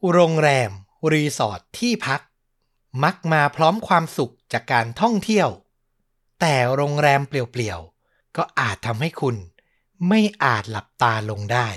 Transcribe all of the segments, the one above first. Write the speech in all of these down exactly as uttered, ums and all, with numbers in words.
โรงแรมรีสอร์ทที่พักมักมาพร้อมความสุขจากการท่องเที่ยวแต่โรงแรมเปลี่ยวๆก็อาจทำให้คุณไม่อาจหลับตาลงได้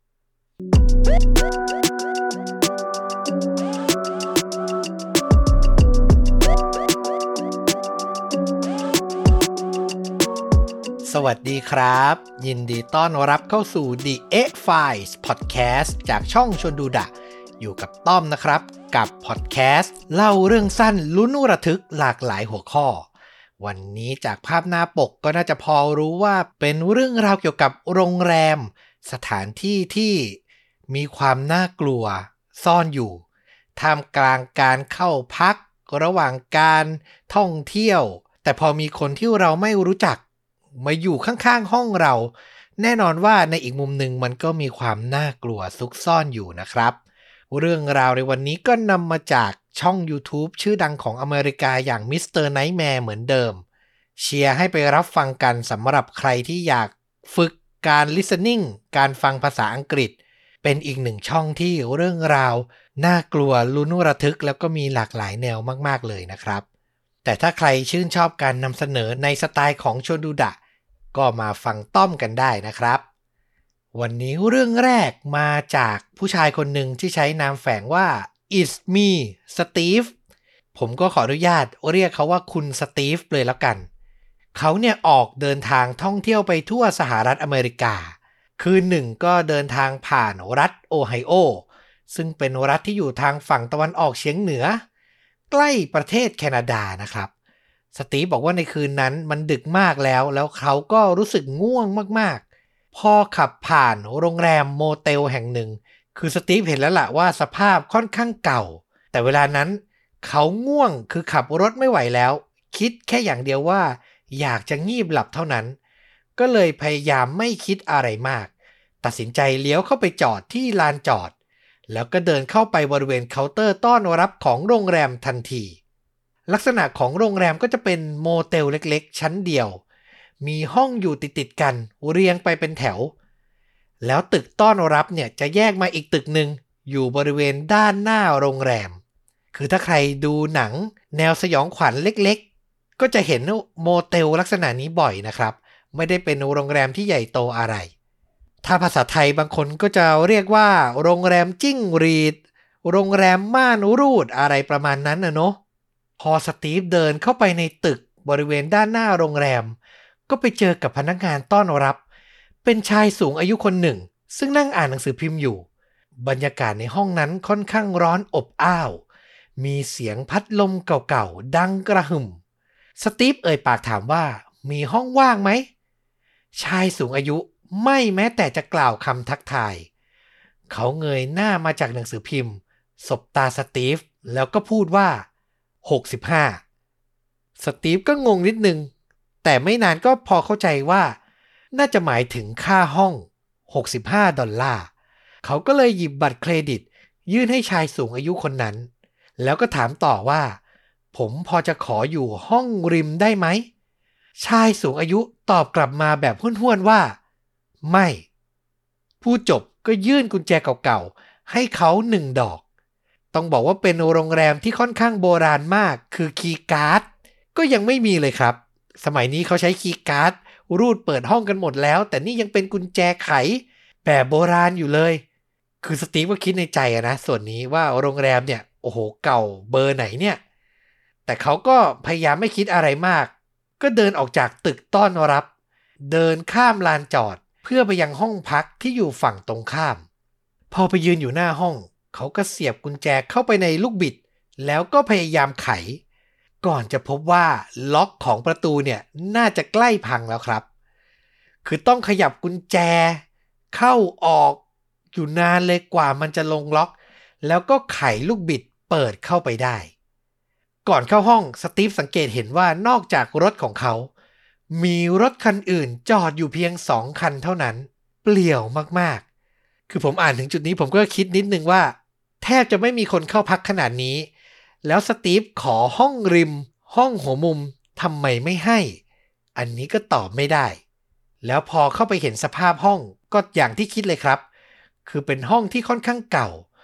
สวัสดีครับยินดีต้อนรับเข้าสู่ The X-Files Podcast จากช่องชวนดูดะอยู่กับต้อมนะครับกับพอดแคสต์เล่าเรื่องสั้นลุ้นระทึกหลากหลายหัวข้อวันนี้จากภาพหน้าปกก็น่าจะพอรู้ว่าเป็นเรื่องราวเกี่ยวกับโรงแรมสถานที่ที่มีความน่ากลัวซ่อนอยู่ท่ามกลางการเข้าพักระหว่างการท่องเที่ยวแต่พอมีคนที่เราไม่รู้จักมาอยู่ข้างๆห้องเราแน่นอนว่าในอีกมุมหนึ่งมันก็มีความน่ากลัวซุกซ่อนอยู่นะครับเรื่องราวในวันนี้ก็นำมาจากช่อง YouTube ชื่อดังของอเมริกาอย่างมิสเตอร์ไนท์แมร์เหมือนเดิมเชียร์ให้ไปรับฟังกันสำหรับใครที่อยากฝึกการ listening การฟังภาษาอังกฤษเป็นอีกหนึ่งช่องที่เรื่องราวน่ากลัวลุ้นระทึกแล้วก็มีหลากหลายแนวมากๆเลยนะครับแต่ถ้าใครชื่นชอบการนำเสนอในสไตล์ของชวนดูดะก็มาฟังต้อมกันได้นะครับวันนี้เรื่องแรกมาจากผู้ชายคนหนึ่งที่ใช้นามแฝงว่า It's me Steve ผมก็ขออนุญาตเรียกเขาว่าคุณสตีฟเลยแล้วกันเขาเนี่ยออกเดินทางท่องเที่ยวไปทั่วสหรัฐอเมริกาคืนหนึ่งก็เดินทางผ่านรัฐโอไฮโอซึ่งเป็นรัฐที่อยู่ทางฝั่งตะวันออกเฉียงเหนือใกล้ประเทศแคนาดานะครับสตีฟบอกว่าในคืนนั้นมันดึกมากแล้วแล้วเขาก็รู้สึกง่วงมากๆพอขับผ่านโรงแรมโมเตลแห่งหนึ่งคือสตีฟเห็นแล้วล่ะว่าสภาพค่อนข้างเก่าแต่เวลานั้นเขาง่วงคือขับรถไม่ไหวแล้วคิดแค่อย่างเดียวว่าอยากจะงีบหลับเท่านั้นก็เลยพยายามไม่คิดอะไรมากตัดสินใจเลี้ยวเข้าไปจอดที่ลานจอดแล้วก็เดินเข้าไปบริเวณเคาน์เตอร์ต้อนรับของโรงแรมทันทีลักษณะของโรงแรมก็จะเป็นโมเตลเล็กๆชั้นเดียวมีห้องอยู่ติดๆกันเรียงไปเป็นแถวแล้วตึกต้อนรับเนี่ยจะแยกมาอีกตึกหนึ่งอยู่บริเวณด้านหน้าโรงแรมคือถ้าใครดูหนังแนวสยองขวัญเล็กๆก็จะเห็นโมเตลลักษณะนี้บ่อยนะครับไม่ได้เป็นโรงแรมที่ใหญ่โตอะไรถ้าภาษาไทยบางคนก็จะเรียกว่าโรงแรมจิ้งหรีดโรงแรมม่านรูดอะไรประมาณนั้นนะเนาะพอสตีฟเดินเข้าไปในตึกบริเวณด้านหน้าโรงแรมก็ไปเจอกับพนักงานต้อนรับเป็นชายสูงอายุคนหนึ่งซึ่งนั่งอ่านหนังสือพิมพ์อยู่บรรยากาศในห้องนั้นค่อนข้างร้อนอบอ้าวมีเสียงพัดลมเก่าๆดังกระหึ่มสตีฟเอ่ยปากถามว่ามีห้องว่างไหมชายสูงอายุไม่แม้แต่จะกล่าวคำทักทายเขาเงยหน้ามาจากหนังสือพิมพ์สบตาสตีฟแล้วก็พูดว่าหกสิบห้าสตีฟก็งงนิดนึงแต่ไม่นานก็พอเข้าใจว่าน่าจะหมายถึงค่าห้องหกสิบห้าดอลลาร์เขาก็เลยหยิบบัตรเครดิตยื่นให้ชายสูงอายุคนนั้นแล้วก็ถามต่อว่าผมพอจะขออยู่ห้องริมได้ไหมชายสูงอายุตอบกลับมาแบบห้วนๆว่าไม่ผู้จบก็ยื่นกุญแจเก่าๆให้เขาหนึ่งดอกต้องบอกว่าเป็นโรงแรมที่ค่อนข้างโบราณมากคือคีย์การ์ดก็ยังไม่มีเลยครับสมัยนี้เขาใช้คีย์การ์ดรูดเปิดห้องกันหมดแล้วแต่นี่ยังเป็นกุญแจไขแบบโบราณอยู่เลยคือสตีฟก็คิดในใจนะส่วนนี้ว่าโรงแรมเนี่ยโอ้โหเก่าเบอร์ไหนเนี่ยแต่เขาก็พยายามไม่คิดอะไรมากก็เดินออกจากตึกต้อนรับเดินข้ามลานจอดเพื่อไปยังห้องพักที่อยู่ฝั่งตรงข้ามพอไปยืนอยู่หน้าห้องเขาก็เสียบกุญแจเข้าไปในลูกบิดแล้วก็พยายามไขก่อนจะพบว่าล็อกของประตูเนี่ยน่าจะใกล้พังแล้วครับคือต้องขยับกุญแจเข้าออกอยู่นานเลยกว่ามันจะลงล็อกแล้วก็ไขลูกบิดเปิดเข้าไปได้ก่อนเข้าห้องสตีฟสังเกตเห็นว่านอกจากรถของเขามีรถคันอื่นจอดอยู่เพียงสองคันเท่านั้นเปลี่ยวมากๆคือผมอ่านถึงจุดนี้ผมก็คิดนิดนึงว่าแทบจะไม่มีคนเข้าพักขนาดนี้แล้วสตีฟขอห้องริมห้องหัวมุมทำไมไม่ให้อันนี้ก็ตอบไม่ได้แล้วพอเข้าไปเห็นสภาพห้องก็อย่างที่คิดเลยครับคือเป็นห้องที่ค่อนข้างเก่า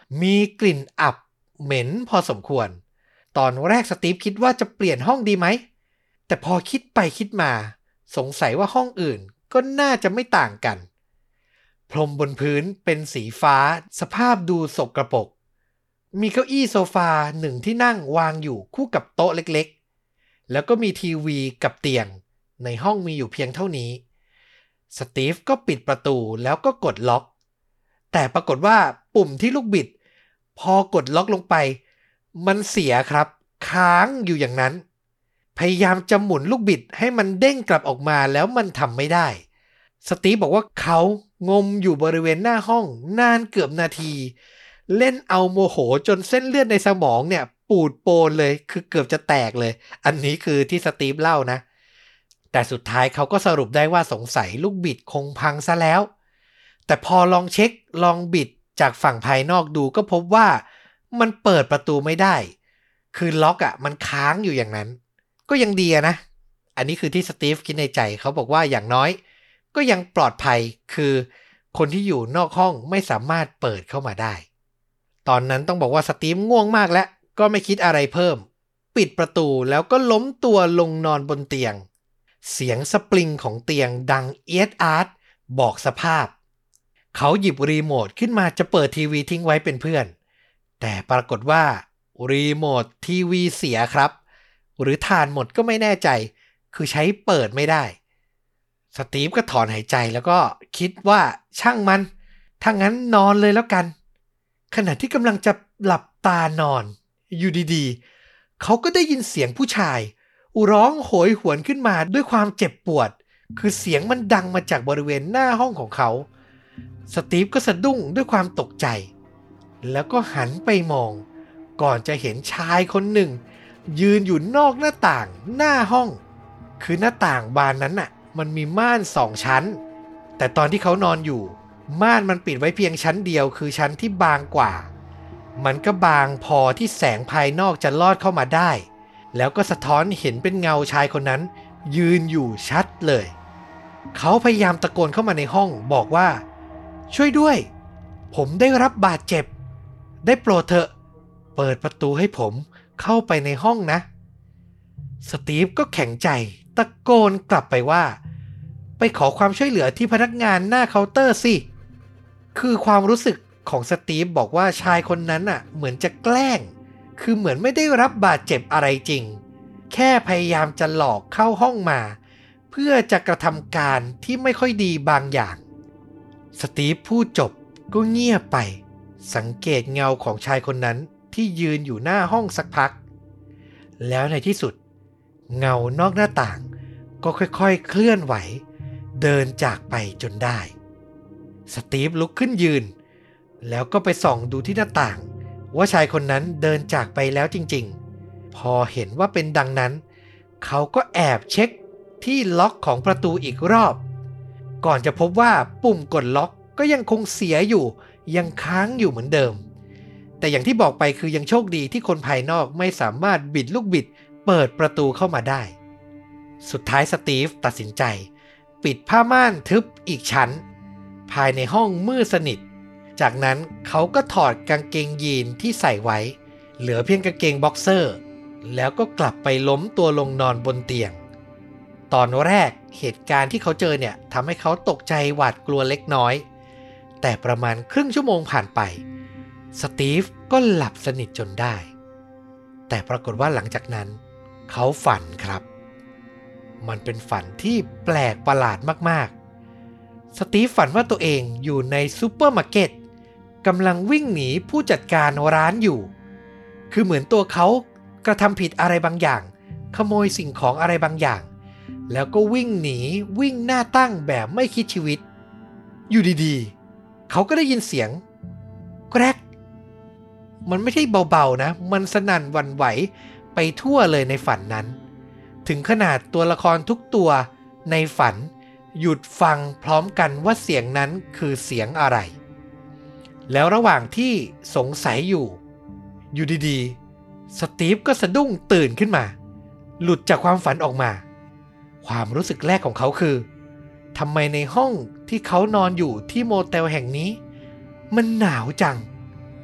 มีกลิ่นอับเหม็นพอสมควรตอนแรกสตีฟคิดว่าจะเปลี่ยนห้องดีไหมแต่พอคิดไปคิดมาสงสัยว่าห้องอื่นก็น่าจะไม่ต่างกันพรมบนพื้นเป็นสีฟ้าสภาพดูสกปรกมีเก้าอี้โซฟาหนึ่งที่นั่งวางอยู่คู่กับโต๊ะเล็กๆแล้วก็มีทีวีกับเตียงในห้องมีอยู่เพียงเท่านี้สตีฟก็ปิดประตูแล้วก็กดล็อกแต่ปรากฏว่าปุ่มที่ลูกบิดพอกดล็อกลงไปมันเสียครับค้างอยู่อย่างนั้นพยายามจะหมุนลูกบิดให้มันเด้งกลับออกมาแล้วมันทำไม่ได้สตีฟบอกว่าเขางมอยู่บริเวณหน้าห้องนานเกือบนาทีเล่นเอาโมโหจนเส้นเลือดในสมองเนี่ยปูดโปนเลยคือเกือบจะแตกเลยอันนี้คือที่สตีฟเล่านะแต่สุดท้ายเขาก็สรุปได้ว่าสงสัยลูกบิดคงพังซะแล้วแต่พอลองเช็คลองบิดจากฝั่งภายนอกดูก็พบว่ามันเปิดประตูไม่ได้คือล็อกอ่ะมันค้างอยู่อย่างนั้นก็ยังดีนะอันนี้คือที่สตีฟคิดในใจเขาบอกว่าอย่างน้อยก็ยังปลอดภัยคือคนที่อยู่นอกห้องไม่สามารถเปิดเข้ามาได้ตอนนั้นต้องบอกว่าสตีฟง่วงมากแล้วก็ไม่คิดอะไรเพิ่มปิดประตูแล้วก็ล้มตัวลงนอนบนเตียงเสียงสปริงของเตียงดังเอี๊ยดอาร์ตบอกสภาพเขาหยิบรีโมทขึ้นมาจะเปิดทีวีทิ้งไว้เป็นเพื่อนแต่ปรากฏว่ารีโมททีวีเสียครับหรือถ่านหมดก็ไม่แน่ใจคือใช้เปิดไม่ได้สตีฟก็ถอนหายใจแล้วก็คิดว่าช่างมันถ้างั้นนอนเลยแล้วกันขณะที่กำลังจะหลับตานอนอยู่ดีๆเขาก็ได้ยินเสียงผู้ชายร้องโหยหวนขึ้นมาด้วยความเจ็บปวดคือเสียงมันดังมาจากบริเวณหน้าห้องของเขาสตีฟก็สะดุ้งด้วยความตกใจแล้วก็หันไปมองก่อนจะเห็นชายคนหนึ่งยืนอยู่นอกหน้าต่างหน้าห้องคือหน้าต่างบานนั้นน่ะมันมีม่านสองชั้นแต่ตอนที่เขานอนอยู่ม่านมันปิดไว้เพียงชั้นเดียวคือชั้นที่บางกว่ามันก็บางพอที่แสงภายนอกจะลอดเข้ามาได้แล้วก็สะท้อนเห็นเป็นเงาชายคนนั้นยืนอยู่ชัดเลยเขาพยายามตะโกนเข้ามาในห้องบอกว่าช่วยด้วยผมได้รับบาดเจ็บได้โปรดเถอะเปิดประตูให้ผมเข้าไปในห้องนะสตีฟก็แข็งใจตะโกนกลับไปว่าไปขอความช่วยเหลือที่พนักงานหน้าเคาน์เตอร์สิคือความรู้สึกของสตีฟบอกว่าชายคนนั้นน่ะเหมือนจะแกล้งคือเหมือนไม่ได้รับบาดเจ็บอะไรจริงแค่พยายามจะหลอกเข้าห้องมาเพื่อจะกระทำการที่ไม่ค่อยดีบางอย่างสตีฟพูดจบก็เงียบไปสังเกตเงาของชายคนนั้นที่ยืนอยู่หน้าห้องสักพักแล้วในที่สุดเงานอกหน้าต่างก็ค่อยๆเคลื่อนไหวเดินจากไปจนได้สตีฟลุกขึ้นยืนแล้วก็ไปส่องดูที่หน้าต่างว่าชายคนนั้นเดินจากไปแล้วจริงๆพอเห็นว่าเป็นดังนั้นเขาก็แอบเช็คที่ล็อกของประตูอีกรอบก่อนจะพบว่าปุ่มกดล็อกก็ยังคงเสียอยู่ยังค้างอยู่เหมือนเดิมแต่อย่างที่บอกไปคือยังโชคดีที่คนภายนอกไม่สามารถบิดลูกบิดเปิดประตูเข้ามาได้สุดท้ายสตีฟตัดสินใจปิดผ้าม่านทึบอีกชั้นภายในห้องมืดสนิทจากนั้นเขาก็ถอดกางเกงยีนที่ใส่ไว้เหลือเพียงกางเกงบ็อกเซอร์แล้วก็กลับไปล้มตัวลงนอนบนเตียงตอนแรกเหตุการณ์ที่เขาเจอเนี่ยทำให้เขาตกใจหวาดกลัวเล็กน้อยแต่ประมาณครึ่งชั่วโมงผ่านไปสตีฟก็หลับสนิทจนได้แต่ปรากฏว่าหลังจากนั้นเขาฝันครับมันเป็นฝันที่แปลกประหลาดมากๆสตีฟฝันว่าตัวเองอยู่ในซูเปอร์มาร์เก็ตกำลังวิ่งหนีผู้จัดการร้านอยู่คือเหมือนตัวเขากระทำผิดอะไรบางอย่างขโมยสิ่งของอะไรบางอย่างแล้วก็วิ่งหนีวิ่งหน้าตั้งแบบไม่คิดชีวิตอยู่ดีๆเขาก็ได้ยินเสียงแกรกมันไม่ใช่เบาๆนะมันสนั่นหวั่นไหวไปทั่วเลยในฝันนั้นถึงขนาดตัวละครทุกตัวในฝันหยุดฟังพร้อมกันว่าเสียงนั้นคือเสียงอะไรแล้วระหว่างที่สงสัยอยู่อยู่ดีๆสตีฟก็สะดุ้งตื่นขึ้นมาหลุดจากความฝันออกมาความรู้สึกแรกของเขาคือทำไมในห้องที่เขานอนอยู่ที่โมเตลแห่งนี้มันหนาวจัง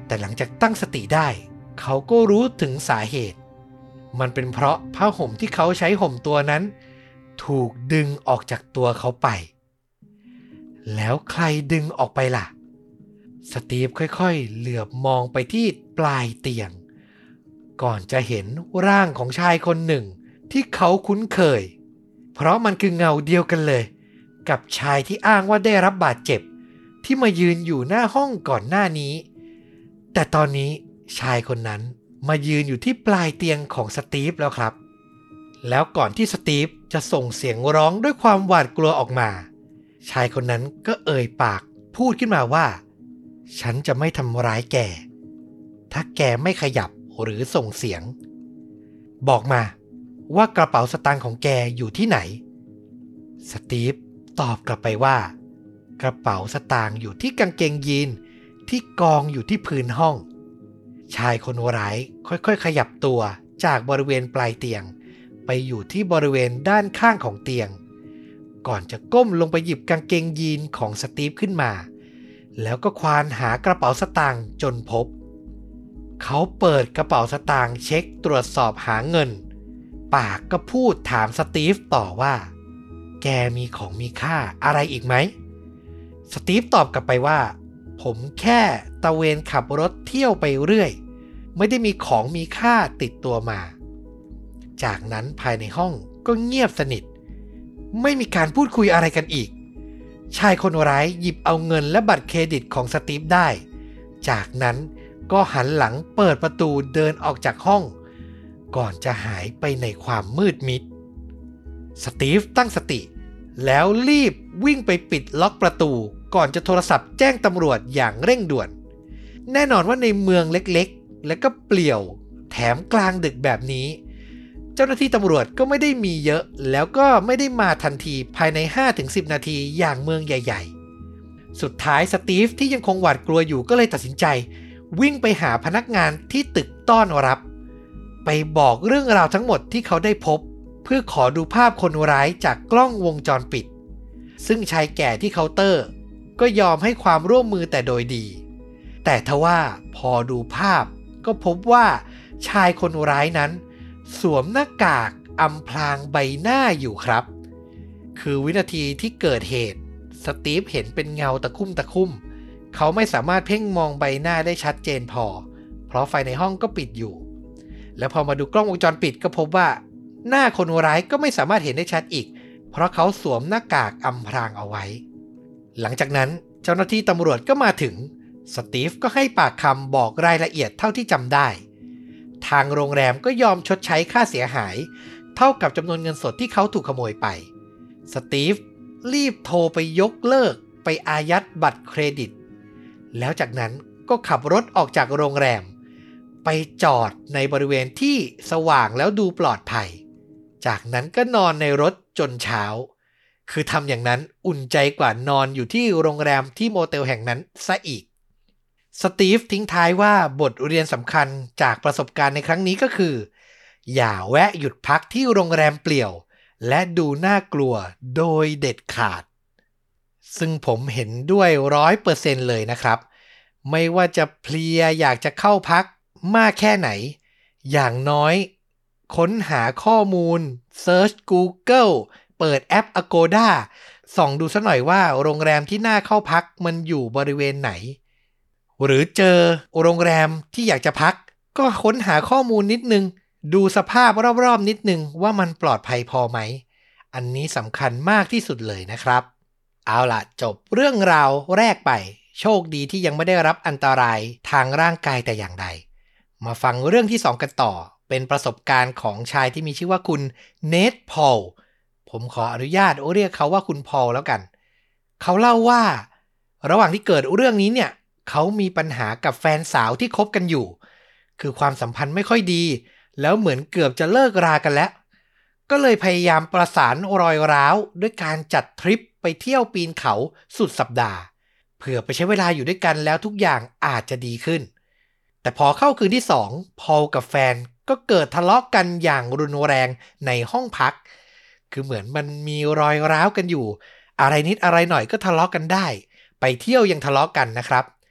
แต่หลังจากตั้งสติได้เขาก็รู้ถึงสาเหตุมันเป็นเพราะผ้าห่มที่เขาใช้ห่มตัวนั้นถูกดึงออกจากตัวเขาไปแล้วใครดึงออกไปล่ะสตีฟค่อยๆเหลือบมองไปที่ปลายเตียงก่อนจะเห็นร่างของชายคนหนึ่งที่เขาคุ้นเคยเพราะมันคือเงาเดียวกันเลยกับชายที่อ้างว่าได้รับบาดเจ็บที่มายืนอยู่หน้าห้องก่อนหน้านี้แต่ตอนนี้ชายคนนั้นมายืนอยู่ที่ปลายเตียงของสตีฟแล้วครับแล้วก่อนที่สตีฟจะส่งเสียงร้องด้วยความหวาดกลัวออกมาชายคนนั้นก็เอ่ยปากพูดขึ้นมาว่าฉันจะไม่ทำร้ายแกถ้าแกไม่ขยับหรือส่งเสียงบอกมาว่ากระเป๋าสตางค์ของแกอยู่ที่ไหนสตีฟตอบกลับไปว่ากระเป๋าสตางค์อยู่ที่กางเกงยีนที่กองอยู่ที่พื้นห้องชายคนร้ายค่อยๆขยับตัวจากบริเวณปลายเตียงไปอยู่ที่บริเวณด้านข้างของเตียงก่อนจะก้มลงไปหยิบกางเกงยีนของสตีฟขึ้นมาแล้วก็ควานหากระเป๋าสตางค์จนพบเขาเปิดกระเป๋าสตางค์เช็คตรวจสอบหาเงินปากก็พูดถามสตีฟต่อว่าแกมีของมีค่าอะไรอีกไหมสตีฟตอบกลับไปว่าผมแค่ตะเวนขับรถเที่ยวไปเรื่อยไม่ได้มีของมีค่าติดตัวมาจากนั้นภายในห้องก็เงียบสนิทไม่มีการพูดคุยอะไรกันอีกชายคนร้ายหยิบเอาเงินและบัตรเครดิตของสตีฟได้จากนั้นก็หันหลังเปิดประตูเดินออกจากห้องก่อนจะหายไปในความมืดมิดสตีฟตั้งสติแล้วรีบวิ่งไปปิดล็อกประตูก่อนจะโทรศัพท์แจ้งตำรวจอย่างเร่งด่วนแน่นอนว่าในเมืองเล็กๆและก็เปลี่ยวแถมกลางดึกแบบนี้เจ้าหน้าที่ตำรวจก็ไม่ได้มีเยอะแล้วก็ไม่ได้มาทันทีภายใน ห้าถึงสิบ นาทีอย่างเมืองใหญ่ๆสุดท้ายสตีฟที่ยังคงหวาดกลัวอยู่ก็เลยตัดสินใจวิ่งไปหาพนักงานที่ตึกต้อนรับไปบอกเรื่องราวทั้งหมดที่เขาได้พบเพื่อขอดูภาพคนร้ายจากกล้องวงจรปิดซึ่งชายแก่ที่เคาน์เตอร์ก็ยอมให้ความร่วมมือแต่โดยดีแต่ทว่าพอดูภาพก็พบว่าชายคนร้ายนั้นสวมหน้ากากอำพรางใบหน้าอยู่ครับคือวินาทีที่เกิดเหตุสตีฟเห็นเป็นเงาตะคุ่มตะคุ่มเขาไม่สามารถเพ่งมองใบหน้าได้ชัดเจนพอเพราะไฟในห้องก็ปิดอยู่แล้วพอมาดูกล้องวงจรปิดก็พบว่าหน้าคนร้ายก็ไม่สามารถเห็นได้ชัดอีกเพราะเขาสวมหน้ากากอำพรางเอาไว้หลังจากนั้นเจ้าหน้าที่ตำรวจก็มาถึงสตีฟก็ให้ปากคำบอกรายละเอียดเท่าที่จำได้ทางโรงแรมก็ยอมชดใช้ค่าเสียหายเท่ากับจำนวนเงินสดที่เขาถูกขโมยไปสตีฟรีบโทรไปยกเลิกไปอายัดบัตรเครดิตแล้วจากนั้นก็ขับรถออกจากโรงแรมไปจอดในบริเวณที่สว่างแล้วดูปลอดภัยจากนั้นก็นอนในรถจนเช้าคือทำอย่างนั้นอุ่นใจกว่านอนอยู่ที่โรงแรมที่โมเตลแห่งนั้นซะอีกสตีฟทิ้งท้ายว่าบทเรียนสำคัญจากประสบการณ์ในครั้งนี้ก็คืออย่าแวะหยุดพักที่โรงแรมเปลี่ยวและดูน่ากลัวโดยเด็ดขาดซึ่งผมเห็นด้วย ร้อยเปอร์เซ็นต์ เลยนะครับไม่ว่าจะเพลียอยากจะเข้าพักมากแค่ไหนอย่างน้อยค้นหาข้อมูล Search Google เปิดแอป Agoda ส่องดูซะหน่อยว่าโรงแรมที่น่าเข้าพักมันอยู่บริเวณไหนหรือเจอโรงแรมที่อยากจะพักก็ค้นหาข้อมูลนิดนึงดูสภาพรอบๆนิดนึงว่ามันปลอดภัยพอไหมอันนี้สำคัญมากที่สุดเลยนะครับเอาล่ะจบเรื่องราวแรกไปโชคดีที่ยังไม่ได้รับอันตรายทางร่างกายแต่อย่างใดมาฟังเรื่องที่สองกันต่อเป็นประสบการณ์ของชายที่มีชื่อว่าคุณเนธพอลผมขออนุญาตเรียกเขาว่าคุณพอลแล้วกันเขาเล่าว่าระหว่างที่เกิดเรื่องนี้เนี่ยเขามีปัญหากับแฟนสาวที่คบกันอยู่คือความสัมพันธ์ไม่ค่อยดีแล้วเหมือนเกือบจะเลิกรากันแล้วก็เลยพยายามประสานรอยร้าวด้วยการจัดทริปไปเที่ยวปีนเขาสุดสัปดาห์เพื่อไปใช้เวลาอยู่ด้วยกันแล้วทุกอย่างอาจจะดีขึ้นแต่พอเข้าคืนที่สองพอลกับแฟนก็เกิดทะเลาะกันอย่างรุนแรงในห้องพักคือเหมือนมันมีรอยร้าวกันอยู่อะไรนิดอะไรหน่อยก็ทะเลาะกันได้ไปเที่ยวยังทะเลาะกันนะครับ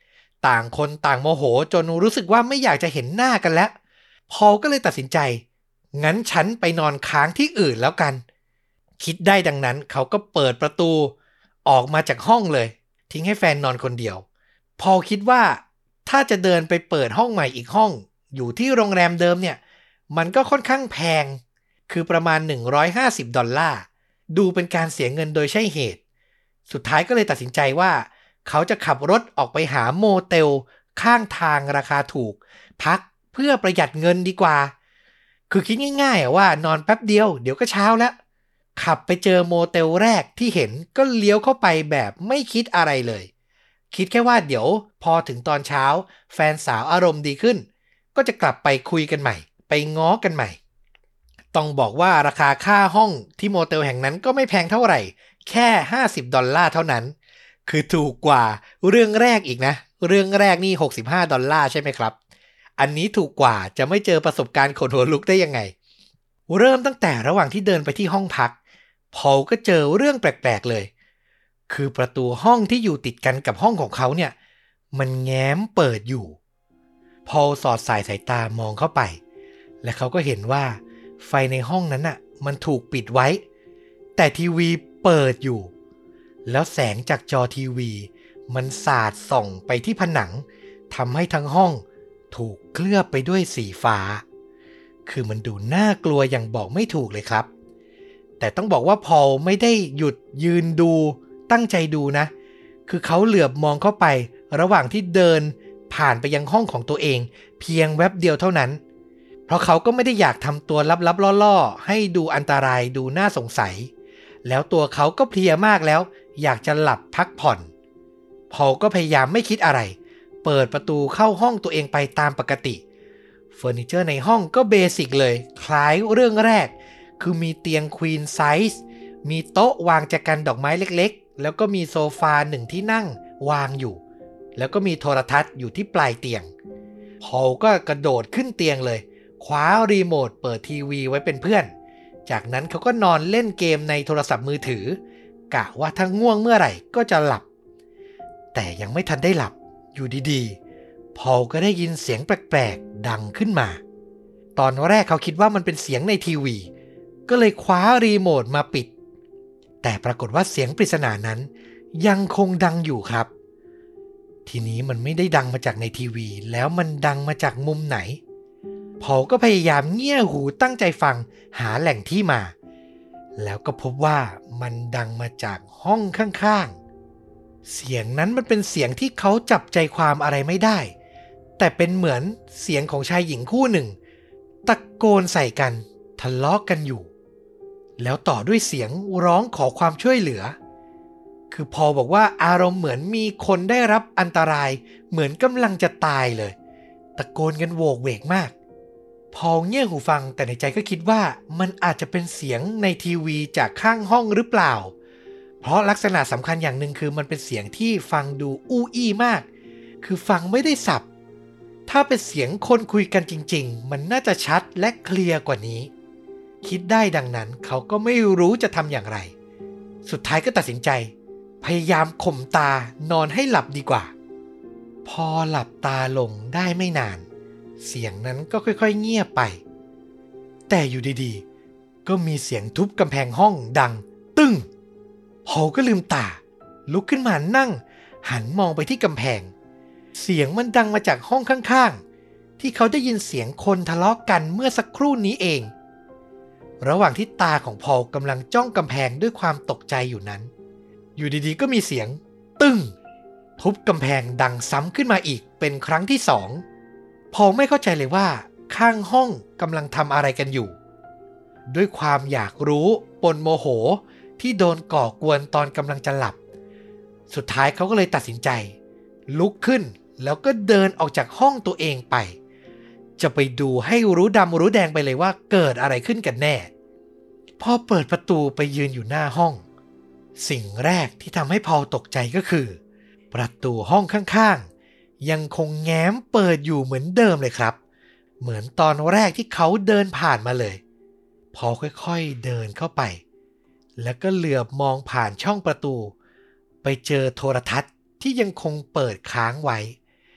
ต่างคนต่างโมโหจนรู้สึกว่าไม่อยากจะเห็นหน้ากันแล้วพอลก็เลยตัดสินใจงั้นฉันไปนอนค้างที่อื่นแล้วกันคิดได้ดังนั้นเขาก็เปิดประตูออกมาจากห้องเลยทิ้งให้แฟนนอนคนเดียวพอลคิดว่าถ้าจะเดินไปเปิดห้องใหม่อีกห้องอยู่ที่โรงแรมเดิมเนี่ยมันก็ค่อนข้างแพงคือประมาณหนึ่งร้อยห้าสิบดอลลาร์ดูเป็นการเสียเงินโดยใช่เหตุสุดท้ายก็เลยตัดสินใจว่าเขาจะขับรถออกไปหาโมเตลข้างทางราคาถูกพักเพื่อประหยัดเงินดีกว่าคือคิดง่ายๆว่านอนแป๊บเดียวเดี๋ยวก็เช้าแล้วขับไปเจอโมเตลแรกที่เห็นก็เลี้ยวเข้าไปแบบไม่คิดอะไรเลยคิดแค่ว่าเดี๋ยวพอถึงตอนเช้าแฟนสาวอารมณ์ดีขึ้นก็จะกลับไปคุยกันใหม่ไปง้อกันใหม่ต้องบอกว่าราคาค่าห้องที่โมเตลแห่งนั้นก็ไม่แพงเท่าไหร่แค่ห้าสิบดอลลาร์เท่านั้นคือถูกกว่าเรื่องแรกอีกนะเรื่องแรกนี่หกสิบห้าดอลลาร์ใช่ไหมครับอันนี้ถูกกว่าจะไม่เจอประสบการณ์ขนหัวลุกได้ยังไงเริ่มตั้งแต่ระหว่างที่เดินไปที่ห้องพักพอลก็เจอเรื่องแปลกๆเลยคือประตูห้องที่อยู่ติดกันกับห้องของเขาเนี่ยมันแง้มเปิดอยู่พอลสอดสายสายตามองเข้าไปและเขาก็เห็นว่าไฟในห้องนั้นน่ะมันถูกปิดไว้แต่ทีวีเปิดอยู่แล้วแสงจากจอทีวีมันสาดส่องไปที่ผนังทำให้ทั้งห้องถูกเคลือบไปด้วยสีฟ้าคือมันดูน่ากลัวอย่างบอกไม่ถูกเลยครับแต่ต้องบอกว่าพอลไม่ได้หยุดยืนดูตั้งใจดูนะคือเขาเหลือบมองเข้าไประหว่างที่เดินผ่านไปยังห้องของตัวเองเพียงแวบเดียวเท่านั้นเพราะเขาก็ไม่ได้อยากทำตัวลับๆล่อๆให้ดูอันตรายดูน่าสงสัยแล้วตัวเขาก็เพลียมากแล้วอยากจะหลับพักผ่อนพอลก็พยายามไม่คิดอะไรเปิดประตูเข้าห้องตัวเองไปตามปกติเฟอร์นิเจอร์ในห้องก็เบสิกเลยคล้ายเรื่องแรกคือมีเตียงควีนไซส์มีโต๊ะวางแจกันดอกไม้เล็กๆแล้วก็มีโซฟาหนึ่งที่นั่งวางอยู่แล้วก็มีโทรทัศน์อยู่ที่ปลายเตียงพอลก็กระโดดขึ้นเตียงเลยคว้ารีโมทเปิดทีวีไว้เป็นเพื่อนจากนั้นเขาก็นอนเล่นเกมในโทรศัพท์มือถือกะว่าถ้าง่วงเมื่อไหร่ก็จะหลับแต่ยังไม่ทันได้หลับอยู่ดีๆพอลก็ได้ยินเสียงแปลกๆดังขึ้นมาตอนแรกเขาคิดว่ามันเป็นเสียงในทีวีก็เลยคว้ารีโมทมาปิดแต่ปรากฏว่าเสียงปริศนานั้นยังคงดังอยู่ครับทีนี้มันไม่ได้ดังมาจากในทีวีแล้วมันดังมาจากมุมไหนพอลก็พยายามเงี่ยหูตั้งใจฟังหาแหล่งที่มาแล้วก็พบว่ามันดังมาจากห้องข้างๆเสียงนั้นมันเป็นเสียงที่เขาจับใจความอะไรไม่ได้แต่เป็นเหมือนเสียงของชายหญิงคู่หนึ่งตะโกนใส่กันทะเลาะกันอยู่แล้วต่อด้วยเสียงร้องขอความช่วยเหลือคือพอบอกว่าอารมณ์เหมือนมีคนได้รับอันตรายเหมือนกำลังจะตายเลยตะโกนกันโวกเวกมากพอเงี่ยหูฟังแต่ในใจก็คิดว่ามันอาจจะเป็นเสียงในทีวีจากข้างห้องหรือเปล่าเพราะลักษณะสำคัญอย่างหนึ่งคือมันเป็นเสียงที่ฟังดูอู้อี้มากคือฟังไม่ได้สับถ้าเป็นเสียงคนคุยกันจริงๆมันน่าจะชัดและเคลียร์กว่านี้คิดได้ดังนั้นเขาก็ไม่รู้จะทำอย่างไรสุดท้ายก็ตัดสินใจพยายามข่มตานอนให้หลับดีกว่าพอหลับตาลงได้ไม่นานเสียงนั้นก็ค่อยๆเงียบไปแต่อยู่ดีๆก็มีเสียงทุบกำแพงห้องดังตึ้งพอลก็ลืมตาลุกขึ้นมานั่งหันมองไปที่กำแพงเสียงมันดังมาจากห้องข้างๆที่เขาได้ยินเสียงคนทะเลาะกันเมื่อสักครู่นี้เองระหว่างที่ตาของพอลกำลังจ้องกำแพงด้วยความตกใจอยู่นั้นอยู่ดีๆก็มีเสียงตึ้งทุบกำแพงดังซ้ำขึ้นมาอีกเป็นครั้งที่สองพอลไม่เข้าใจเลยว่าข้างห้องกำลังทำอะไรกันอยู่ด้วยความอยากรู้ปนโมโหที่โดนก่อกวนตอนกำลังจะหลับสุดท้ายเขาก็เลยตัดสินใจลุกขึ้นแล้วก็เดินออกจากห้องตัวเองไปจะไปดูให้รู้ดำรู้แดงไปเลยว่าเกิดอะไรขึ้นกันแน่พอเปิดประตูไปยืนอยู่หน้าห้องสิ่งแรกที่ทำให้พอลตกใจก็คือประตูห้องข้างๆยังคงแง้มเปิดอยู่เหมือนเดิมเลยครับเหมือนตอนแรกที่เขาเดินผ่านมาเลยพอค่อยๆเดินเข้าไปแล้วก็เหลือบมองผ่านช่องประตูไปเจอโทรทัศน์ที่ยังคงเปิดค้างไว้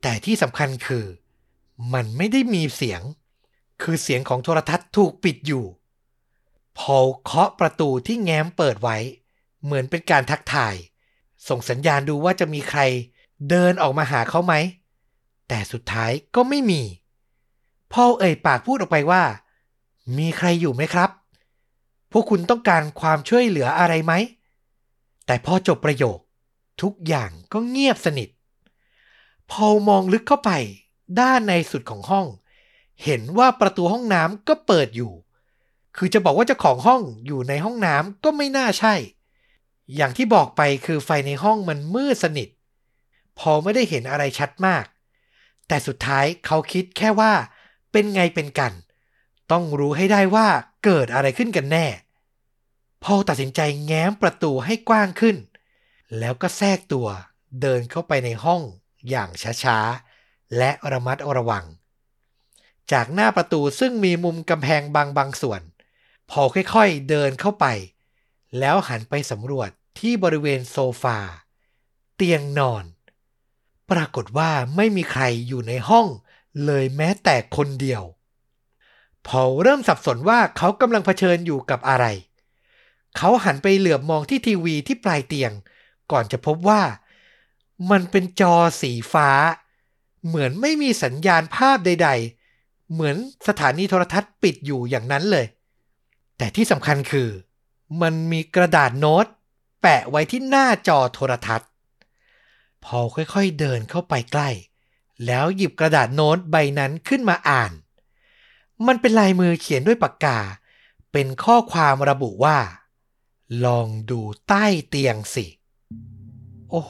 แต่ที่สำคัญคือมันไม่ได้มีเสียงคือเสียงของโทรทัศน์ถูกปิดอยู่พอลเคาะประตูที่แง้มเปิดไว้เหมือนเป็นการทักทายส่งสัญญาณดูว่าจะมีใครเดินออกมาหาเขาไหมแต่สุดท้ายก็ไม่มีพอลเอ่ยปากพูดออกไปว่ามีใครอยู่ไหมครับพวกคุณต้องการความช่วยเหลืออะไรไหมแต่พอจบประโยคทุกอย่างก็เงียบสนิทพอลมองลึกเข้าไปด้านในสุดของห้องเห็นว่าประตูห้องน้ำก็เปิดอยู่คือจะบอกว่าเจ้าของห้องอยู่ในห้องน้ำก็ไม่น่าใช่อย่างที่บอกไปคือไฟในห้องมันมืดสนิทพอลไม่ได้เห็นอะไรชัดมากแต่สุดท้ายเขาคิดแค่ว่าเป็นไงเป็นกันต้องรู้ให้ได้ว่าเกิดอะไรขึ้นกันแน่พอลตัดสินใจแง้มประตูให้กว้างขึ้นแล้วก็แทรกตัวเดินเข้าไปในห้องอย่างช้าๆและระมัดระวังจากหน้าประตูซึ่งมีมุมกำแพงบางบางส่วนพอลค่อยๆเดินเข้าไปแล้วหันไปสำรวจที่บริเวณโซฟาเตียงนอนปรากฏว่าไม่มีใครอยู่ในห้องเลยแม้แต่คนเดียวพอลเริ่มสับสนว่าเขากำลังเผชิญอยู่กับอะไรเขาหันไปเหลือบมองที่ทีวีที่ปลายเตียงก่อนจะพบว่ามันเป็นจอสีฟ้าเหมือนไม่มีสัญญาณภาพใดๆเหมือนสถานีโทรทัศน์ปิดอยู่อย่างนั้นเลยแต่ที่สำคัญคือมันมีกระดาษโน้ตแปะไว้ที่หน้าจอโทรทัศน์พอลค่อยๆเดินเข้าไปใกล้แล้วหยิบกระดาษโน้ตใบนั้นขึ้นมาอ่านมันเป็นลายมือเขียนด้วยปากกาเป็นข้อความระบุว่าลองดูใต้เตียงสิโอ้โห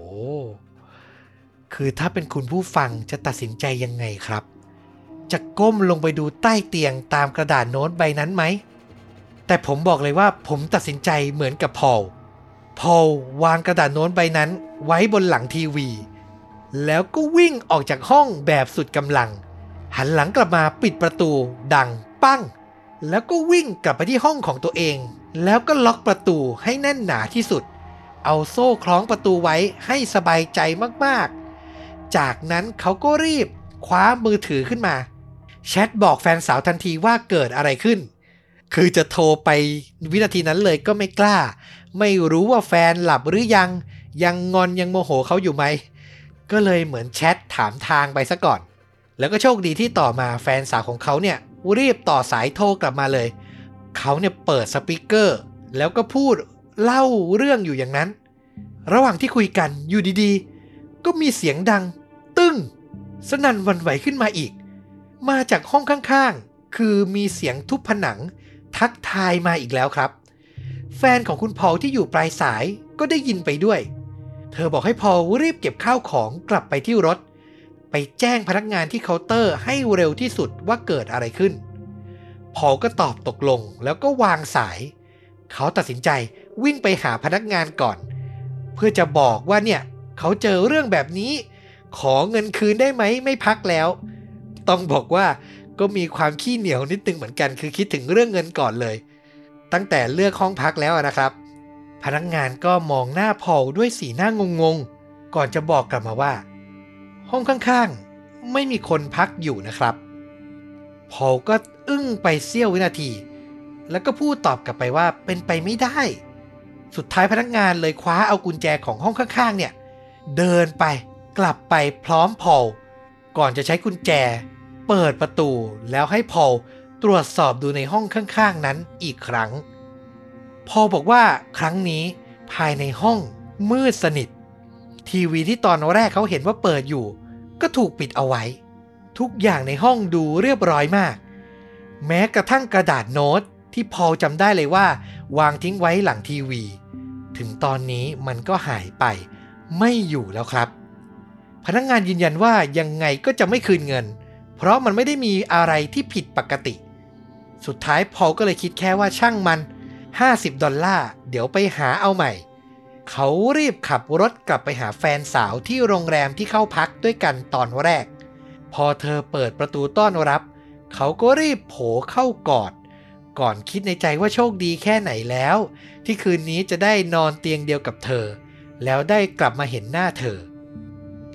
คือถ้าเป็นคุณผู้ฟังจะตัดสินใจยังไงครับจะก้มลงไปดูใต้เตียงตามกระดาษโน้ตใบนั้นไหมแต่ผมบอกเลยว่าผมตัดสินใจเหมือนกับพอลพอลวางกระดาษโน้ตใบนั้นไว้บนหลังทีวีแล้วก็วิ่งออกจากห้องแบบสุดกำลังหันหลังกลับมาปิดประตูดังปั้งแล้วก็วิ่งกลับไปที่ห้องของตัวเองแล้วก็ล็อกประตูให้แน่นหนาที่สุดเอาโซ่คล้องประตูไว้ให้สบายใจมากๆจากนั้นเขาก็รีบคว้ามือถือขึ้นมาแชทบอกแฟนสาวทันทีว่าเกิดอะไรขึ้นคือจะโทรไปวินาทีนั้นเลยก็ไม่กล้าไม่รู้ว่าแฟนหลับหรือยังยังงอนยังโมโหเขาอยู่ไหมก็เลยเหมือนแชทถามทางไปซะก่อนแล้วก็โชคดีที่ต่อมาแฟนสาวของเขาเนี่ยรีบต่อสายโทรกลับมาเลยเขาเนี่ยเปิดสปีกเกอร์แล้วก็พูดเล่าเรื่องอยู่อย่างนั้นระหว่างที่คุยกันอยู่ดีๆก็มีเสียงดังตึ้งสนั่นหวั่นไหวขึ้นมาอีกมาจากห้องข้างๆคือมีเสียงทุบผนังทักทายมาอีกแล้วครับแฟนของคุณพอลที่อยู่ปลายสายก็ได้ยินไปด้วยเธอบอกให้พอลรีบเก็บข้าวของกลับไปที่รถไปแจ้งพนักงานที่เคาน์เตอร์ให้เร็วที่สุดว่าเกิดอะไรขึ้นพอลก็ตอบตกลงแล้วก็วางสายเขาตัดสินใจวิ่งไปหาพนักงานก่อนเพื่อจะบอกว่าเนี่ยเขาเจอเรื่องแบบนี้ขอเงินคืนได้ไหมไม่พักแล้วต้องบอกว่าก็มีความขี้เหนียวนิดนึงเหมือนกันคือคิดถึงเรื่องเงินก่อนเลยตั้งแต่เลือกห้องพักแล้วนะครับพนักงานก็มองหน้าพอลด้วยสีหน้างงๆก่อนจะบอกกลับมาว่าห้องข้างๆไม่มีคนพักอยู่นะครับพอลก็อึ้งไปเสี้ยววินาทีแล้วก็พูดตอบกลับไปว่าเป็นไปไม่ได้สุดท้ายพนักงานเลยคว้าเอากุญแจของห้องข้างๆเนี่ยเดินไปกลับไปพร้อมพอลก่อนจะใช้กุญแจเปิดประตูแล้วให้พอลตรวจสอบดูในห้องข้างๆนั้นอีกครั้งพอลบอกว่าครั้งนี้ภายในห้องมืดสนิททีวีที่ตอนแรกเขาเห็นว่าเปิดอยู่ก็ถูกปิดเอาไว้ทุกอย่างในห้องดูเรียบร้อยมากแม้กระทั่งกระดาษโน้ตที่พอลจำได้เลยว่าวางทิ้งไว้หลังทีวีถึงตอนนี้มันก็หายไปไม่อยู่แล้วครับพนักงานยืนยันว่ายังไงก็จะไม่คืนเงินเพราะมันไม่ได้มีอะไรที่ผิดปกติสุดท้ายพอลก็เลยคิดแค่ว่าช่างมันห้าสิบดอลลาร์เดี๋ยวไปหาเอาใหม่เขารีบขับรถกลับไปหาแฟนสาวที่โรงแรมที่เข้าพักด้วยกันตอนแรกพอเธอเปิดประตูต้อนรับเขาก็รีบโผล่เข้ากอดก่อนคิดในใจว่าโชคดีแค่ไหนแล้วที่คืนนี้จะได้นอนเตียงเดียวกับเธอแล้วได้กลับมาเห็นหน้าเธอพ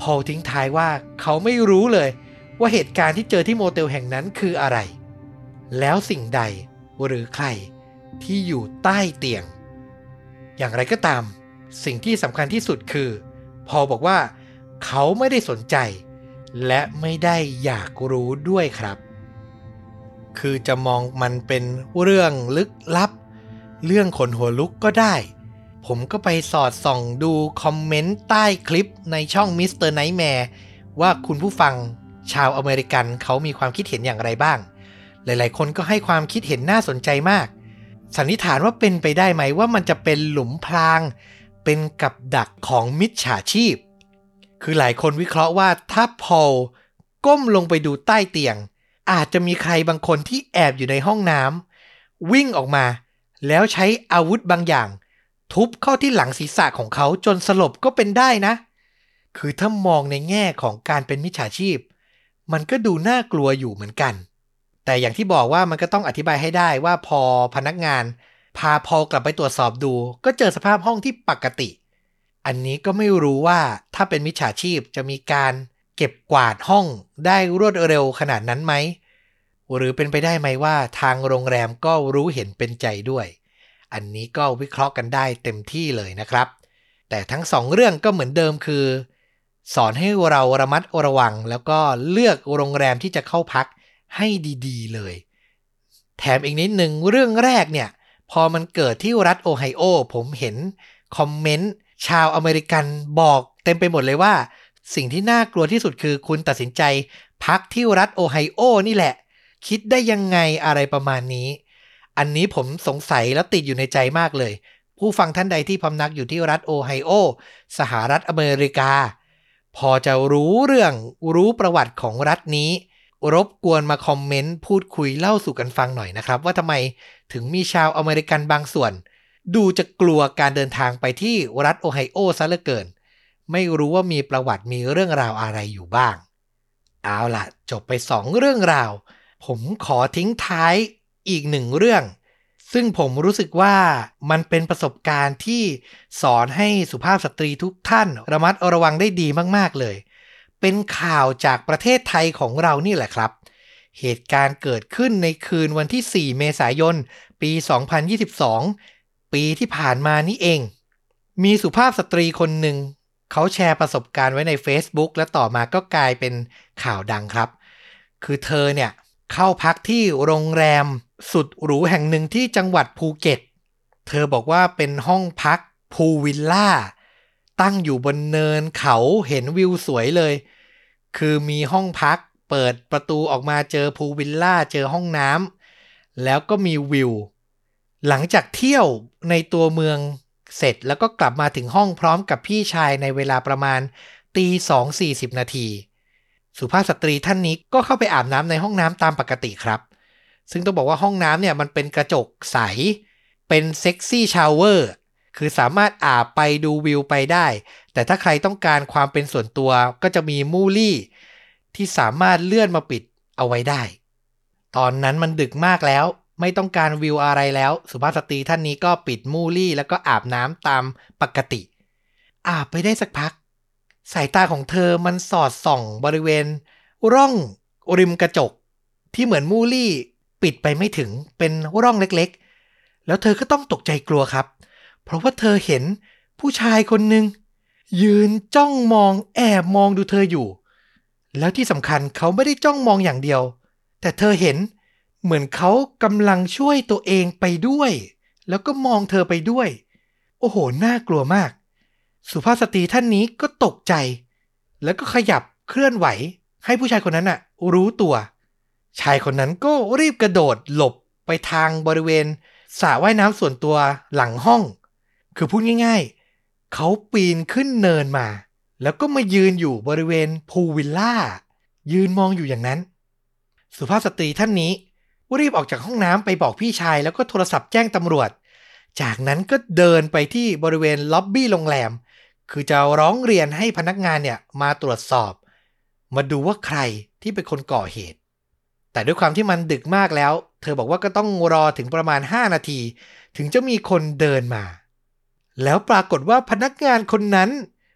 อลทิ้งท้ายว่าเขาไม่รู้เลยว่าเหตุการณ์ที่เจอที่โมเตลแห่งนั้นคืออะไรแล้วสิ่งใดหรือใครที่อยู่ใต้เตียงอย่างไรก็ตามสิ่งที่สำคัญที่สุดคือพอลบอกว่าเขาไม่ได้สนใจและไม่ได้อยากรู้ด้วยครับคือจะมองมันเป็นเรื่องลึกลับเรื่องขนหัวลุกก็ได้ผมก็ไปสอดส่องดูคอมเมนต์ใต้คลิปในช่อง มิสเตอร์ Nightmare ว่าคุณผู้ฟังชาวอเมริกันเขามีความคิดเห็นอย่างไรบ้างหลายๆคนก็ให้ความคิดเห็นน่าสนใจมากสันนิษฐานว่าเป็นไปได้ไหมว่ามันจะเป็นหลุมพรางเป็นกับดักของมิจฉาชีพคือหลายคนวิเคราะห์ว่าถ้าพอลก้มลงไปดูใต้เตียงอาจจะมีใครบางคนที่แอบอยู่ในห้องน้ำวิ่งออกมาแล้วใช้อาวุธบางอย่างทุบเข้าที่หลังศีรษะของเขาจนสลบก็เป็นได้นะคือถ้ามองในแง่ของการเป็นมิจฉาชีพมันก็ดูน่ากลัวอยู่เหมือนกันแต่อย่างที่บอกว่ามันก็ต้องอธิบายให้ได้ว่าพอพนักงานพาพอลกลับไปตรวจสอบดูก็เจอสภาพห้องที่ปกติอันนี้ก็ไม่รู้ว่าถ้าเป็นมิจฉาชีพจะมีการเก็บกวาดห้องได้รวดเร็วขนาดนั้นไหมหรือเป็นไปได้ไหมว่าทางโรงแรมก็รู้เห็นเป็นใจด้วยอันนี้ก็วิเคราะห์กันได้เต็มที่เลยนะครับแต่ทั้งสองเรื่องก็เหมือนเดิมคือสอนให้เราระมัดระวังแล้วก็เลือกโรงแรมที่จะเข้าพักให้ดีๆเลยแถมอีกนิดนึงเรื่องแรกเนี่ยพอมันเกิดที่รัฐโอไฮโอผมเห็นคอมเมนต์ชาวอเมริกันบอกเต็มไปหมดเลยว่าสิ่งที่น่ากลัวที่สุดคือคุณตัดสินใจพักที่รัฐโอไฮโอนี่แหละคิดได้ยังไงอะไรประมาณนี้อันนี้ผมสงสัยและติดอยู่ในใจมากเลยผู้ฟังท่านใดที่พำนักอยู่ที่รัฐโอไฮโอสหรัฐอเมริกาพอจะรู้เรื่องรู้ประวัติของรัฐนี้รบกวนมาคอมเมนต์พูดคุยเล่าสู่กันฟังหน่อยนะครับว่าทำไมถึงมีชาวอเมริกันบางส่วนดูจะกลัวการเดินทางไปที่รัฐโอไฮโอซะเหลือเกินไม่รู้ว่ามีประวัติมีเรื่องราวอะไรอยู่บ้างเอาล่ะจบไปสองเรื่องราวผมขอทิ้งท้ายอีกหนึ่งเรื่องซึ่งผมรู้สึกว่ามันเป็นประสบการณ์ที่สอนให้สุภาพสตรีทุกท่านระมัดระวังได้ดีมากๆเลยเป็นข่าวจากประเทศไทยของเรานี่แหละครับเหตุการณ์เกิดขึ้นในคืนวันที่สี่เมษายนปีสองพันยี่สิบสองปีที่ผ่านมานี่เองมีสุภาพสตรีคนหนึ่งเขาแชร์ประสบการณ์ไว้ใน Facebook และต่อมาก็กลายเป็นข่าวดังครับคือเธอเนี่ยเข้าพักที่โรงแรมสุดหรูแห่งหนึ่งที่จังหวัดภูเก็ตเธอบอกว่าเป็นห้องพักพูลวิลล่าตั้งอยู่บนเนินเขาเห็นวิวสวยเลยคือมีห้องพักเปิดประตูออกมาเจอพูลวิลล่าเจอห้องน้ำแล้วก็มีวิวหลังจากเที่ยวในตัวเมืองเสร็จแล้วก็กลับมาถึงห้องพร้อมกับพี่ชายในเวลาประมาณตีสองสี่สิบนาทีสุภาพสตรีท่านนี้ก็เข้าไปอาบน้ำในห้องน้ำตามปกติครับซึ่งต้องบอกว่าห้องน้ำเนี่ยมันเป็นกระจกใสเป็นเซ็กซี่ชาวเวอร์คือสามารถอาบไปดูวิวไปได้แต่ถ้าใครต้องการความเป็นส่วนตัวก็จะมีมูลี่ที่สามารถเลื่อนมาปิดเอาไว้ได้ตอนนั้นมันดึกมากแล้วไม่ต้องการวิวอะไรแล้วสุภาพสตรีท่านนี้ก็ปิดมูลี่แล้วก็อาบน้ำตามปกติอาบไปได้สักพักสายตาของเธอมันสอดส่องบริเวณร่องริมกระจกที่เหมือนมูลี่ปิดไปไม่ถึงเป็นร่องเล็กๆแล้วเธอก็ต้องตกใจกลัวครับเพราะว่าเธอเห็นผู้ชายคนหนึ่งยืนจ้องมองแอบมองดูเธออยู่แล้วที่สำคัญเขาไม่ได้จ้องมองอย่างเดียวแต่เธอเห็นเหมือนเขากำลังช่วยตัวเองไปด้วยแล้วก็มองเธอไปด้วยโอ้โหน่ากลัวมากสุภาพสตรีท่านนี้ก็ตกใจแล้วก็ขยับเคลื่อนไหวให้ผู้ชายคนนั้นน่ะรู้ตัวชายคนนั้นก็รีบกระโดดหลบไปทางบริเวณสระว่ายน้ำส่วนตัวหลังห้องคือพูดง่ายๆเขาปีนขึ้นเนินมาแล้วก็มายืนอยู่บริเวณพูลวิลล่ายืนมองอยู่อย่างนั้นสุภาพสตรีท่านนี้รีบออกจากห้องน้ำไปบอกพี่ชายแล้วก็โทรศัพท์แจ้งตำรวจจากนั้นก็เดินไปที่บริเวณล็อบบี้โรงแรมคือจะร้องเรียนให้พนักงานเนี่ยมาตรวจสอบมาดูว่าใครที่เป็นคนก่อเหตุแต่ด้วยความที่มันดึกมากแล้วเธอบอกว่าก็ต้องรอถึงประมาณห้านาทีถึงจะมีคนเดินมาแล้วปรากฏว่าพนักงานคนนั้น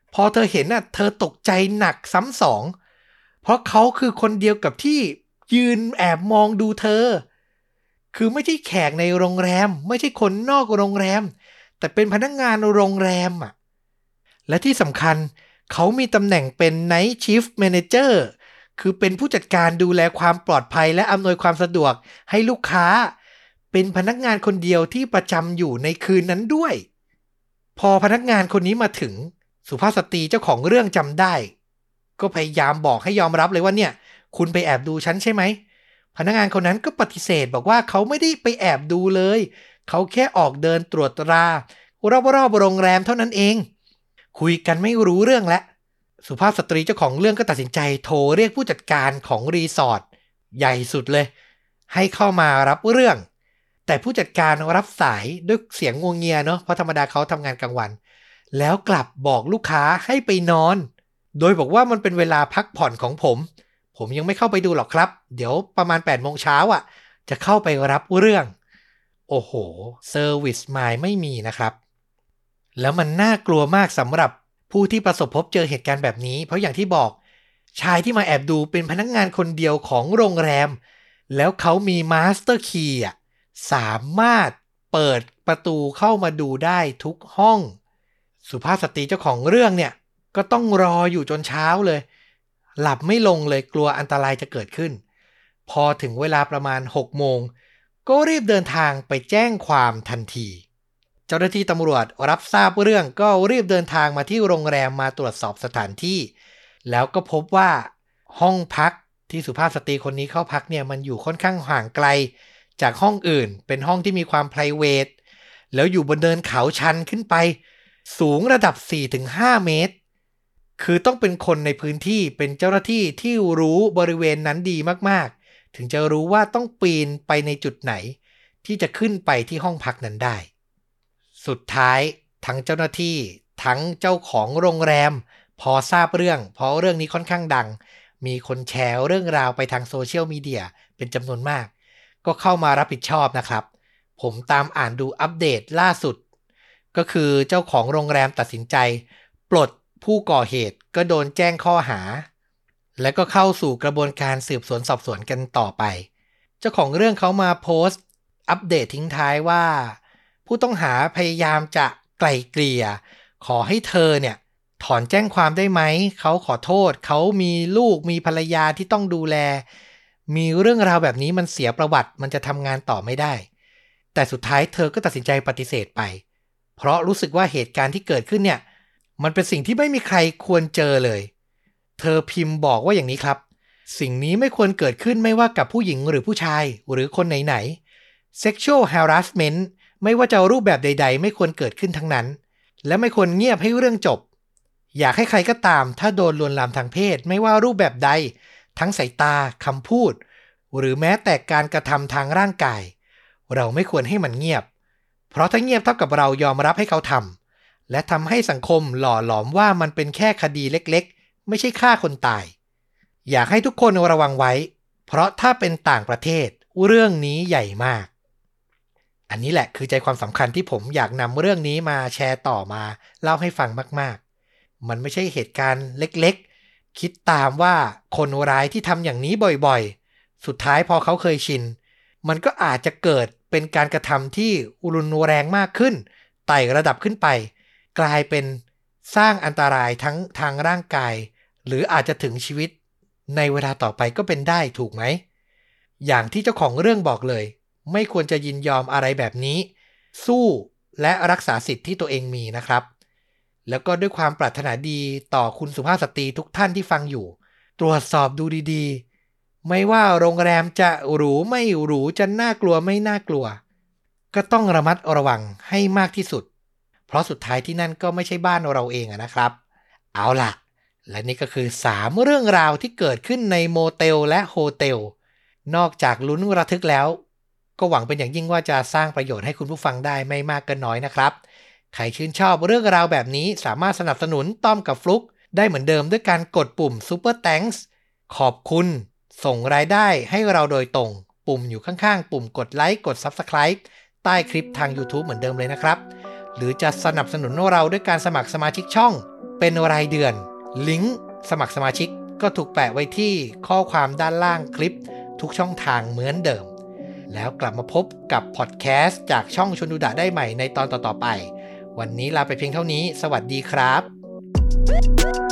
พอเธอเห็นน่ะเธอตกใจหนักซ้ำสองเพราะเขาคือคนเดียวกับที่ยืนแอบมองดูเธอคือไม่ใช่แขกในโรงแรมไม่ใช่คนนอกโรงแรมแต่เป็นพนักงานโรงแรมอ่ะและที่สำคัญเขามีตำแหน่งเป็น Night Chief Manager คือเป็นผู้จัดการดูแลความปลอดภัยและอำนวยความสะดวกให้ลูกค้าเป็นพนักงานคนเดียวที่ประจำอยู่ในคืนนั้นด้วยพอพนักงานคนนี้มาถึงสุภาพสตรีเจ้าของเรื่องจำได้ก็พยายามบอกให้ยอมรับเลยว่าเนี่ยคุณไปแอบดูฉันใช่ไหมพนักงานคนนั้นก็ปฏิเสธบอกว่าเขาไม่ได้ไปแอบดูเลยเขาแค่ออกเดินตรวจตรารอบๆโรงแรมเท่านั้นเองคุยกันไม่รู้เรื่องแล้วสุภาพสตรีเจ้าของเรื่องก็ตัดสินใจโทรเรียกผู้จัดการของรีสอร์ทใหญ่สุดเลยให้เข้ามารับเรื่องแต่ผู้จัดการรับสายด้วยเสียงงัวเงียเนาะเพราะธรรมดาเขาทำงานกลางวันแล้วกลับบอกลูกค้าให้ไปนอนโดยบอกว่ามันเป็นเวลาพักผ่อนของผมผมยังไม่เข้าไปดูหรอกครับเดี๋ยวประมาณแปดโมงเช้าอ่ะจะเข้าไปรับเรื่องโอ้โหเซอร์วิสมายไม่มีนะครับแล้วมันน่ากลัวมากสำหรับผู้ที่ประสบพบเจอเหตุการณ์แบบนี้เพราะอย่างที่บอกชายที่มาแอบดูเป็นพนักงานคนเดียวของโรงแรมแล้วเขามีมาสเตอร์คีย์อ่ะสามารถเปิดประตูเข้ามาดูได้ทุกห้องสุภาพสตรีเจ้าของเรื่องเนี่ยก็ต้องรออยู่จนเช้าเลยหลับไม่ลงเลยกลัวอันตรายจะเกิดขึ้นพอถึงเวลาประมาณหกโมงก็รีบเดินทางไปแจ้งความทันทีเจ้าหน้าที่ตำรวจรับทราบเรื่องก็รีบเดินทางมาที่โรงแรมมาตรวจสอบสถานที่แล้วก็พบว่าห้องพักที่สุภาพสตรีคนนี้เข้าพักเนี่ยมันอยู่ค่อนข้างห่างไกลจากห้องอื่นเป็นห้องที่มีความ ไพรเวท แล้วอยู่บนเนินเขาชันขึ้นไปสูงระดับ สี่ถึงห้า เมตรคือต้องเป็นคนในพื้นที่เป็นเจ้าหน้าที่ที่รู้บริเวณนั้นดีมากๆถึงจะรู้ว่าต้องปีนไปในจุดไหนที่จะขึ้นไปที่ห้องพักนั้นได้สุดท้ายทั้งเจ้าหน้าที่ทั้งเจ้าของโรงแรมพอทราบเรื่องเพราะเรื่องนี้ค่อนข้างดังมีคนแชร์เรื่องราวไปทางโซเชียลมีเดียเป็นจำนวนมากก็เข้ามารับผิดชอบนะครับผมตามอ่านดูอัปเดตล่าสุดก็คือเจ้าของโรงแรมตัดสินใจปลดผู้ก่อเหตุก็โดนแจ้งข้อหาและก็เข้าสู่กระบวนการสืบสวนสอบสวนกันต่อไปเจ้าของเรื่องเขามาโพสต์อัปเดตทิ้งท้ายว่าผู้ต้องหาพยายามจะไกล่เกลี่ยขอให้เธอเนี่ยถอนแจ้งความได้ไหมเขาขอโทษเขามีลูกมีภรรยาที่ต้องดูแลมีเรื่องราวแบบนี้มันเสียประวัติมันจะทำงานต่อไม่ได้แต่สุดท้ายเธอก็ตัดสินใจปฏิเสธไปเพราะรู้สึกว่าเหตุการณ์ที่เกิดขึ้นเนี่ยมันเป็นสิ่งที่ไม่มีใครควรเจอเลยเธอพิมพ์บอกว่าอย่างนี้ครับสิ่งนี้ไม่ควรเกิดขึ้นไม่ว่ากับผู้หญิงหรือผู้ชายหรือคนไหนๆ sexual harassment ไม่ว่าจะรูปแบบใดๆไม่ควรเกิดขึ้นทั้งนั้นและไม่ควรเงียบให้เรื่องจบอยากให้ใครก็ตามถ้าโดนลวนลามทางเพศไม่ว่ารูปแบบใดทั้งสายตาคำพูดหรือแม้แต่การกระทำทางร่างกายเราไม่ควรให้มันเงียบเพราะถ้าเงียบเท่ากับเรายอมรับให้เขาทำและทำให้สังคมหล่อหลอมว่ามันเป็นแค่คดีเล็กๆไม่ใช่ฆ่าคนตายอยากให้ทุกคนระวังไว้เพราะถ้าเป็นต่างประเทศเรื่องนี้ใหญ่มากอันนี้แหละคือใจความสำคัญที่ผมอยากนำเรื่องนี้มาแชร์ต่อมาเล่าให้ฟังมากๆมันไม่ใช่เหตุการณ์เล็กๆคิดตามว่าคนร้ายที่ทำอย่างนี้บ่อยๆสุดท้ายพอเขาเคยชินมันก็อาจจะเกิดเป็นการกระทำที่รุนแรงมากขึ้นไต่ระดับขึ้นไปกลายเป็นสร้างอันตรายทั้งทางร่างกายหรืออาจจะถึงชีวิตในเวลาต่อไปก็เป็นได้ถูกไหมอย่างที่เจ้าของเรื่องบอกเลยไม่ควรจะยินยอมอะไรแบบนี้สู้และรักษาสิทธิ์ที่ตัวเองมีนะครับแล้วก็ด้วยความปรารถนาดีต่อคุณสุภาพสตรีทุกท่านที่ฟังอยู่ตรวจสอบดูดีๆไม่ว่าโรงแรมจะหรูไม่หรูจะน่ากลัวไม่น่ากลัวก็ต้องระมัดระวังให้มากที่สุดเพราะสุดท้ายที่นั่นก็ไม่ใช่บ้านเราเองนะครับเอาล่ะและนี่ก็คือสามเรื่องราวที่เกิดขึ้นในโมเตลและโฮเทลนอกจากลุ้นระทึกแล้วก็หวังเป็นอย่างยิ่งว่าจะสร้างประโยชน์ให้คุณผู้ฟังได้ไม่มากก็น้อยนะครับใครชื่นชอบเรื่องราวแบบนี้สามารถสนับสนุนต้อมกับฟลุกได้เหมือนเดิมด้วยการกดปุ่ม Super Thanks ขอบคุณส่งรายได้ให้เราโดยตรงปุ่มอยู่ข้างๆปุ่มกดไลค์กด Subscribe ใต้คลิปทาง YouTube เหมือนเดิมเลยนะครับหรือจะสนับสนุนเราด้วยการสมัครสมาชิกช่องเป็นรายเดือนลิงก์สมัครสมาชิกก็ถูกแปะไว้ที่ข้อความด้านล่างคลิปทุกช่องทางเหมือนเดิมแล้วกลับมาพบกับพอดแคสต์จากช่องชวนดูดะได้ใหม่ในตอนต่อๆไปวันนี้ลาไปเพียงเท่านี้สวัสดีครับ